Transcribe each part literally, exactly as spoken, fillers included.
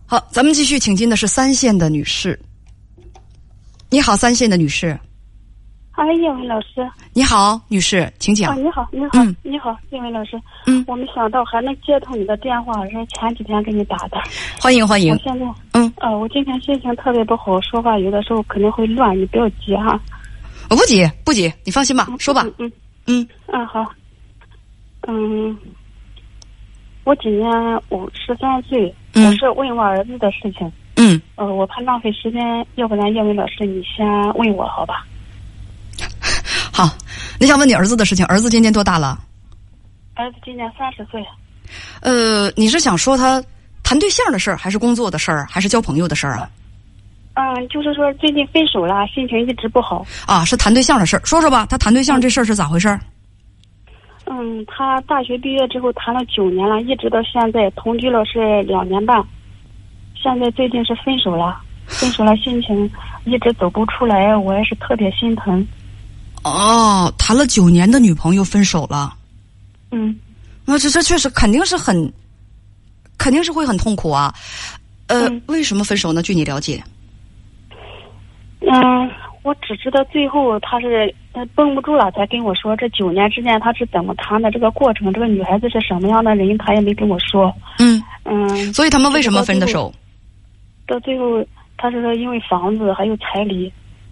好，咱们继续请进的是三线的女士。你好，三线的女士。 哎，叶文老师。 你好，女士，请讲。 啊，你好，你好，嗯、你好，叶文老师。 嗯， 我没想到还能接通你的电话，是前几天给你打的。 欢迎欢迎。 我现在， 嗯， 呃，我今天心情特别不好，说话有的时候可能会乱，你不要急哈。 我不急，不急，你放心吧，嗯、说吧。 嗯嗯嗯，好。嗯，我今年五十三岁， 嗯、 我是问我儿子的事情。 嗯。 呃，我怕浪费时间，要不然叶文老师你先问我好吧？ 好，你想问你儿子的事情？儿子今年多大了？ 儿子今年三十岁。 呃，你是想说他谈对象的事儿，还是工作的事儿，还是交朋友的事儿啊？ 嗯，就是说最近分手了，心情一直不好。 啊，是谈对象的事儿，说说吧，他谈对象这事儿是咋回事？ 嗯，他大学毕业之后谈了九年了，一直到现在同居了是两年半，现在最近是分手了，分手了，心情一直走不出来，我也是特别心疼。 哦，谈了九年的女朋友分手了。 嗯， 那这这确实肯定是很，肯定是会很痛苦啊。呃， 嗯、 为什么分手呢？据你了解？ 嗯，我只知道最后他是绷不住了才跟我说，这九年之间他是怎么谈的，这个过程，这个女孩子是什么样的人，他也没跟我说。 嗯嗯， 所以他们为什么分的手？ 到最后，他是说因为房子还有彩礼。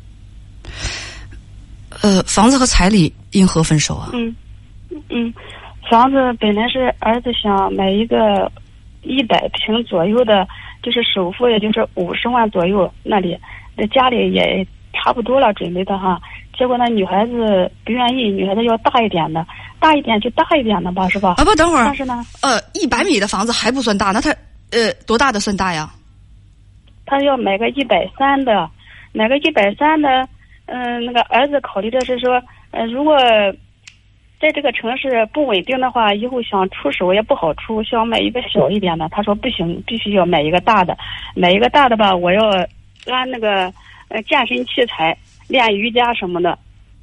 呃，房子和彩礼因何分手啊？ 嗯嗯，房子本来是儿子想买一个一百平左右的，就是首付也就是五十万左右那里，这家里也差不多了准备的哈。结果那女孩子不愿意，女孩子要大一点的，大一点就大一点的吧，是吧？ 啊不，等会儿。 但是呢， 呃，一百米的房子还不算大，那他呃多大的算大呀？ 他要买个一百三的，买个一百三的。嗯，那个儿子考虑的是说，呃，如果在这个城市不稳定的话，以后想出手也不好出，想买一个小一点的。他说不行，必须要买一个大的，买一个大的吧，我要安那个呃健身器材，练瑜伽什么的。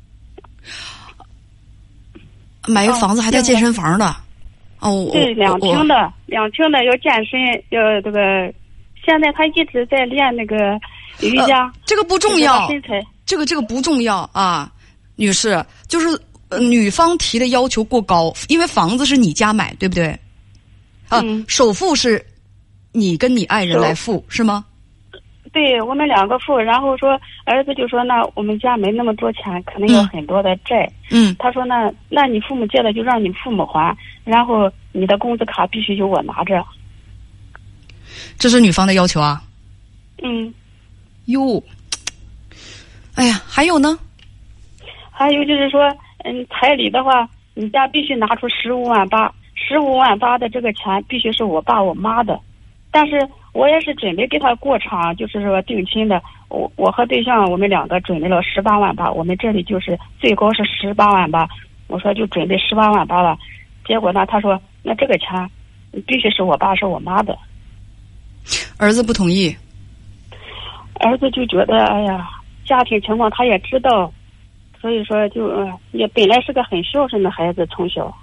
买一个房子还带健身房的？哦， 对，两厅的，两厅的要健身，要这个。现在他一直在练那个瑜伽， 呃、这个不重要。 身材。 这个这个不重要啊，女士，就是、呃、女方提的要求过高，因为房子是你家买，对不对？啊， 嗯、 首付是你跟你爱人来付，是吗？ 对，我们两个付，然后说儿子就说那我们家没那么多钱，可能有很多的债。 嗯， 他说那那你父母借的就让你父母还，然后你的工资卡必须由我拿着。 这是女方的要求啊？ 嗯。 哟。哎呀，还有呢？ 还有就是说，嗯，彩礼的话，你家必须拿出十五万八，十五万八的这个钱必须是我爸我妈的。但是我也是准备给他过场，就是说定亲的。我我和对象我们两个准备了十八万八，我们这里就是最高是十八万八。我说就准备十八万八了，结果呢，他说那这个钱必须是我爸是我妈的。 儿子不同意。 儿子就觉得，哎呀。家庭情况他也知道，所以说就呃也本来是个很孝顺的孩子，从小。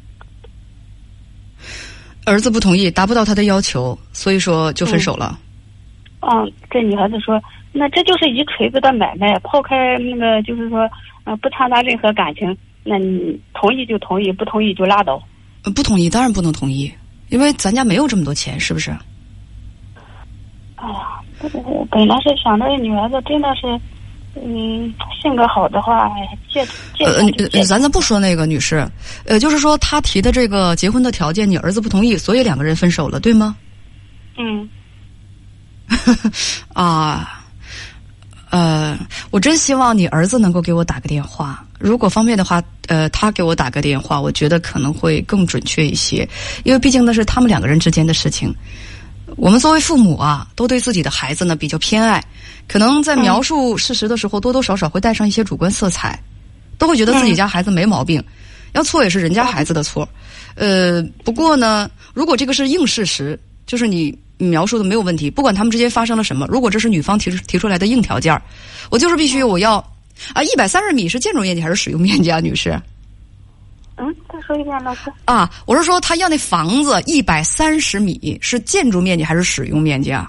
儿子不同意，达不到他的要求，所以说就分手了。 嗯，嗯这女孩子说，那这就是一锤子的买卖，抛开那个就是说，呃，不掺杂任何感情，那你同意就同意，不同意就拉倒。 不同意当然不能同意，因为咱家没有这么多钱，是不是？ 哎呀，我本来是想着女孩子真的是。嗯，性格好的话，借借呃呃，咱咱不说那个女士，呃，就是说他提的这个结婚的条件，你儿子不同意，所以两个人分手了，对吗？ 嗯。 啊，呃，我真希望你儿子能够给我打个电话，如果方便的话，呃，他给我打个电话，我觉得可能会更准确一些，因为毕竟那是他们两个人之间的事情。我们作为父母啊，都对自己的孩子呢比较偏爱，可能在描述事实的时候，多多少少会带上一些主观色彩，都会觉得自己家孩子没毛病，要错也是人家孩子的错。呃，不过呢，如果这个是硬事实，就是你描述的没有问题，不管他们之间发生了什么，如果这是女方提出提出来的硬条件，我就是必须我要啊，一百三十米是建筑面积还是使用面积啊，女士？ 嗯，再说一遍，老师。 啊，我是说他要那房子一百三十米，是建筑面积还是使用面积啊？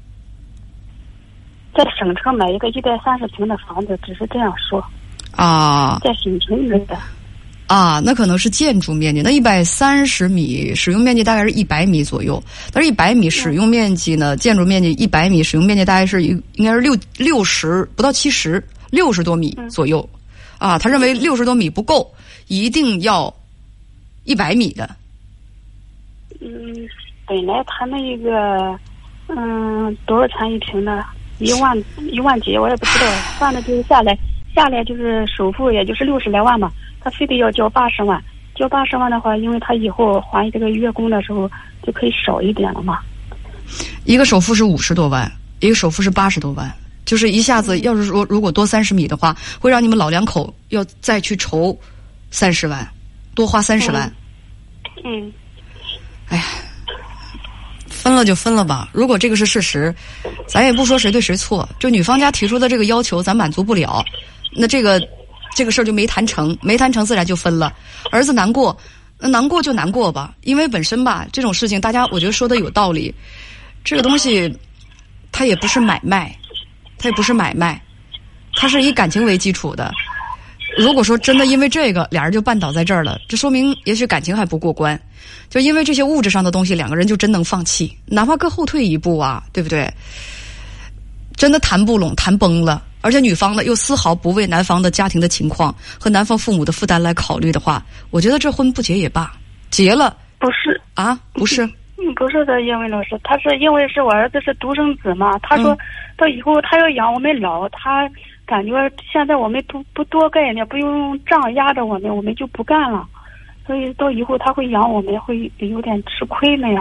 在省城买一个一百三十平的房子，只是这样说。 啊， 在省城里的。 啊，那可能是建筑面积。那一百三十米使用面积大概是一百米左右，但是一百米使用面积呢，嗯、建筑面积一百米使用面积大概是应该是六六十不到七十六十多米左右。嗯、啊，他认为六十多米不够，一定要一百米的。 嗯，本来他那个嗯多少钱一平呢？一万一万几我也不知道，反正就是下来下来就是首付也就是六十来万嘛。他非得要交八十万，交八十万的话，因为他以后还这个月供的时候就可以少一点了嘛。 一个首付是五十多万，一个首付是八十多万，就是一下子，要是说如果多三十米的话，会让你们老两口要再去筹三十万，多花三十万。 嗯。 哎呀，分了就分了吧。如果这个是事实，咱也不说谁对谁错，就女方家提出的这个要求，咱满足不了，那这个。这个事儿就没谈成，没谈成自然就分了。儿子难过，那难过就难过吧，因为本身吧这种事情，大家我觉得说的有道理。这个东西，它也不是买卖，它也不是买卖，它是以感情为基础的。如果说真的因为这个俩人就绊倒在这儿了，这说明也许感情还不过关。就因为这些物质上的东西，两个人就真能放弃，哪怕各后退一步啊，对不对？真的谈不拢，谈崩了。而且女方呢又丝毫不为男方的家庭的情况和男方父母的负担来考虑的话，我觉得这婚不结也罢，结了不是啊，不是， 嗯，不是的，叶文老师，他是因为是我儿子是独生子嘛，他说到以后他要养我们老，他感觉现在我们不不多干一点，不用账压着我们，我们就不干了，所以到以后他会养我们，会有点吃亏那样。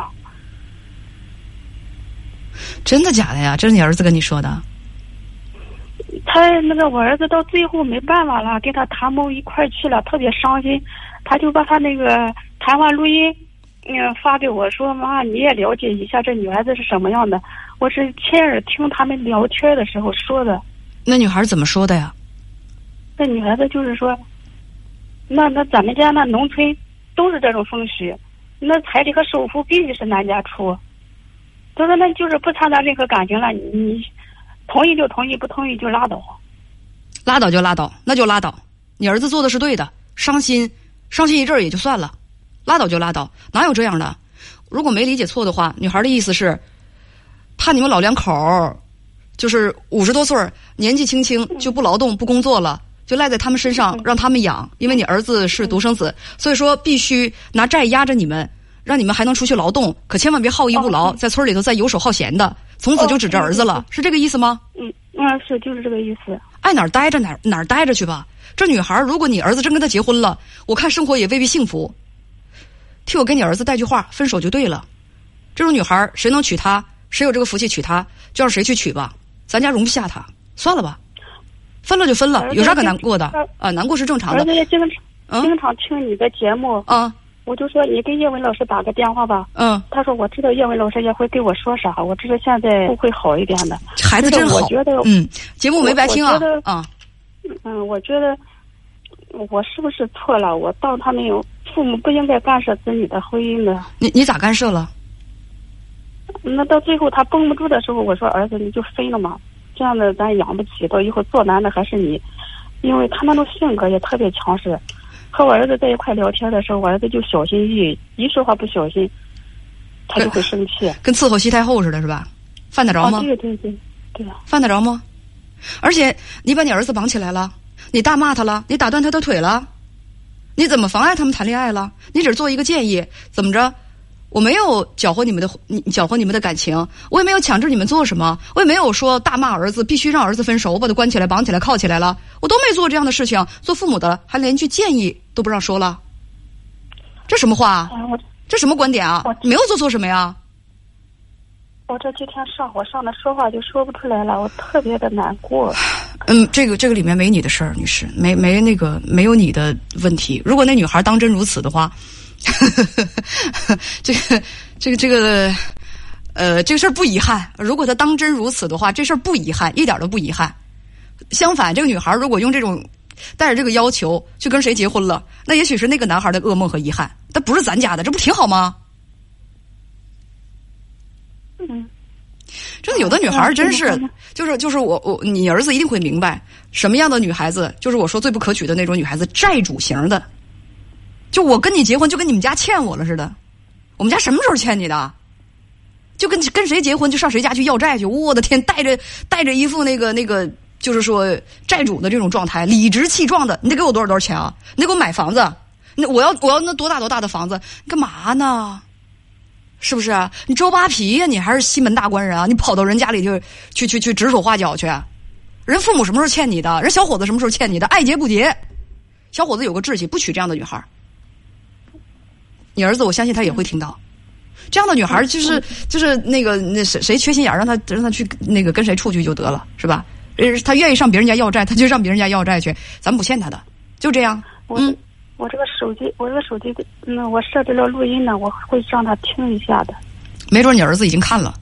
真的假的呀？这是你儿子跟你说的？ 他那个我儿子到最后没办法了，跟他谈不一块去了，特别伤心，他就把他那个谈话录音嗯发给我说，妈你也了解一下这女孩子是什么样的，我是亲耳听他们聊天的时候说的。 那女孩怎么说的呀？ 那女孩子就是说，那那咱们家那农村都是这种风俗，那彩礼和首付必须是男家出，他说那就是不掺杂任何感情了，你你同意就同意，不同意就拉倒。 拉倒就拉倒，那就拉倒。你儿子做的是对的，伤心，伤心一阵儿也就算了，拉倒就拉倒，哪有这样的？如果没理解错的话，女孩的意思是，怕你们老两口就是五十多岁年纪轻轻就不劳动不工作了，就赖在他们身上让他们养，因为你儿子是独生子，所以说必须拿债压着你们，让你们还能出去劳动，可千万别好逸恶劳，在村里头再游手好闲的，从此就指着儿子了，是这个意思吗？ 嗯嗯，是就是这个意思。 爱哪儿待着哪儿哪儿待着去吧。这女孩，如果你儿子真跟她结婚了，我看生活也未必幸福。替我跟你儿子带句话，分手就对了。这种女孩，谁能娶她，谁有这个福气娶她，就让谁去娶吧。咱家容不下她，算了吧，分了就分了，有啥可难过的啊？难过是正常的。 儿子也经常经常听你的节目啊。 我就说你跟叶文老师打个电话吧。嗯，他说我知道叶文老师也会跟我说啥，我知道现在会好一点的。 孩子真好， 我觉得嗯，节目没白听啊。 啊，嗯，我觉得我是不是错了？我当他们有父母不应该干涉子女的婚姻的。 你你咋干涉了？ 那到最后他绷不住的时候，我说儿子你就分了嘛，这样的咱养不起，到以后做男的还是你，因为他那种性格也特别强势。和我儿子在一块聊天的时候，我儿子就小心翼翼，一说话不小心，他就会生气， 跟伺候西太后似的，是吧？犯得着吗？ 哦、对对对对啊， 犯得着吗？而且你把你儿子绑起来了，你大骂他了，你打断他的腿了，你怎么妨碍他们谈恋爱了？你只是做一个建议，怎么着？我没有搅和你们的，你搅和你们的感情，我也没有强制你们做什么，我也没有说大骂儿子，必须让儿子分手，我把他关起来、绑起来、铐起来了，我都没做这样的事情。做父母的还连句建议都不让说了，这什么话？ 嗯、 这什么观点啊？没有做错什么呀？ 我这几天上火上的说话就说不出来了，我特别的难过。 嗯，这个这个里面没你的事儿，女士，没没那个没有你的问题。如果那女孩当真如此的话。这个这个这个呃这个事儿不遗憾，如果他当真如此的话，这事儿不遗憾，一点都不遗憾。相反，这个女孩如果用这种带着这个要求去跟谁结婚了，那也许是那个男孩的噩梦和遗憾，但不是咱家的，这不挺好吗？ 嗯， 真的有的女孩真是，就是就是我我你儿子一定会明白什么样的女孩子，就是我说最不可取的那种女孩子，债主型的。就我跟你结婚，就跟你们家欠我了似的。我们家什么时候欠你的？就跟跟谁结婚就上谁家去要债去。我的天，带着带着一副那个那个，就是说债主的这种状态，理直气壮的。你得给我多少多少钱啊？你得给我买房子。那我要我要那多大多大的房子？你干嘛呢？是不是啊？你周扒皮呀、啊？你还是西门大官人啊？你跑到人家里去去去去指手画脚去？人父母什么时候欠你的？人小伙子什么时候欠你的？爱结不结？小伙子有个志气，不娶这样的女孩。你儿子，我相信他也会听到。这样的女孩就是就是那个那谁谁缺心眼，让他让他去那个跟谁处去就得了，是吧？他愿意上别人家要债，他就上别人家要债去，咱们不欠他的，就这样。嗯， 我这个手机，我这个手机，嗯，我设置了录音呢，我会让他听一下的。 没准你儿子已经看了。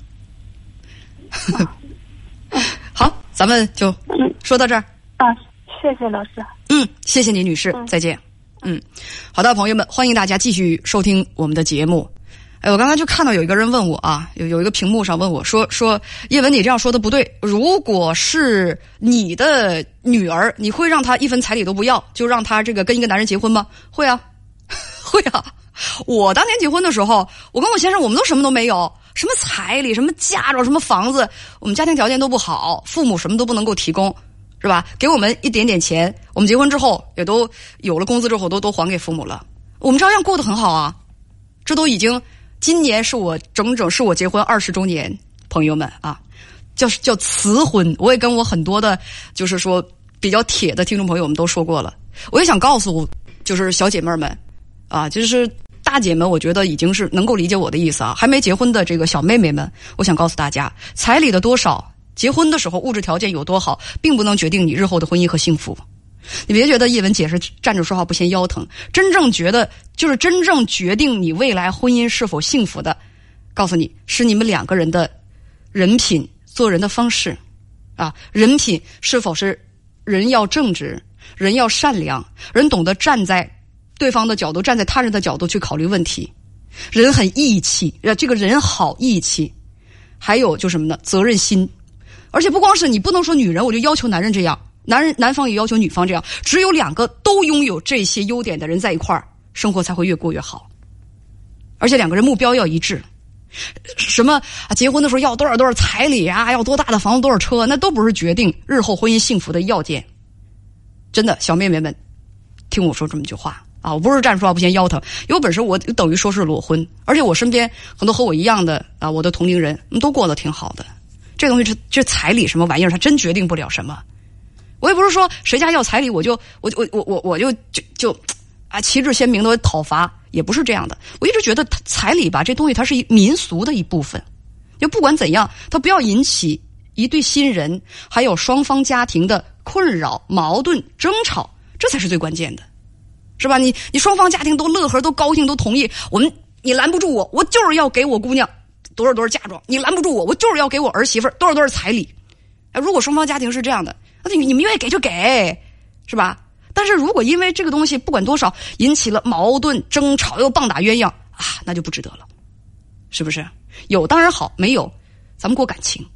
好，咱们就说到这儿。 啊，谢谢老师。 嗯，谢谢你，女士，再见。嗯，好的，朋友们，欢迎大家继续收听我们的节目。哎，我刚才就看到有一个人问我啊，有有一个屏幕上问我说说叶文，你这样说的不对。如果是你的女儿，你会让她一分彩礼都不要，就让她这个跟一个男人结婚吗？会啊，会啊。我当年结婚的时候，我跟我先生我们都什么都没有，什么彩礼，什么嫁妆，什么房子，我们家庭条件都不好，父母什么都不能够提供。是吧？给我们一点点钱，我们结婚之后也都有了工资之后都都还给父母了，我们照样过得很好啊。这都已经今年是我整整是我结婚二十周年，朋友们啊，叫叫辞婚。我也跟我很多的，就是说比较铁的听众朋友们都说过了。我也想告诉就是小姐妹们啊，就是大姐们，我觉得已经是能够理解我的意思啊。还没结婚的这个小妹妹们，我想告诉大家，彩礼的多少。结婚的时候物质条件有多好，并不能决定你日后的婚姻和幸福。你别觉得叶文姐是站着说话不嫌腰疼，真正觉得就是真正决定你未来婚姻是否幸福的，告诉你是你们两个人的人品、做人的方式啊，人品是否是人要正直，人要善良，人懂得站在对方的角度，站在他人的角度去考虑问题，人很义气，这个人好义气，还有就是什么呢？责任心。而且不光是你不能说女人我就要求男人这样，男人男方也要求女方这样，只有两个都拥有这些优点的人在一块儿，生活才会越过越好。而且两个人目标要一致，什么啊结婚的时候要多少多少彩礼啊，要多大的房子多少车，那都不是决定日后婚姻幸福的要件。真的，小妹妹们听我说这么一句话啊，我不是站着说话不嫌腰疼，有本事我等于说是裸婚。而且我身边很多和我一样的啊，我的同龄人都过得挺好的。这东西这这彩礼什么玩意儿，它真决定不了什么。我也不是说谁家要彩礼我就我我我我我就就就啊旗帜鲜明的讨伐，也不是这样的。我一直觉得彩礼吧，这东西它是一民俗的一部分，就不管怎样，它不要引起一对新人还有双方家庭的困扰、矛盾、争吵，这才是最关键的，是吧？你你双方家庭都乐呵、都高兴、都同意，我们你拦不住我，我就是要给我姑娘多少多少嫁妆，你拦不住我，我就是要给我儿媳妇多少多少彩礼。哎，如果双方家庭是这样的，那你你们愿意给就给，是吧？但是如果因为这个东西不管多少引起了矛盾、争吵，又棒打鸳鸯啊，那就不值得了，是不是？有当然好，没有咱们过感情。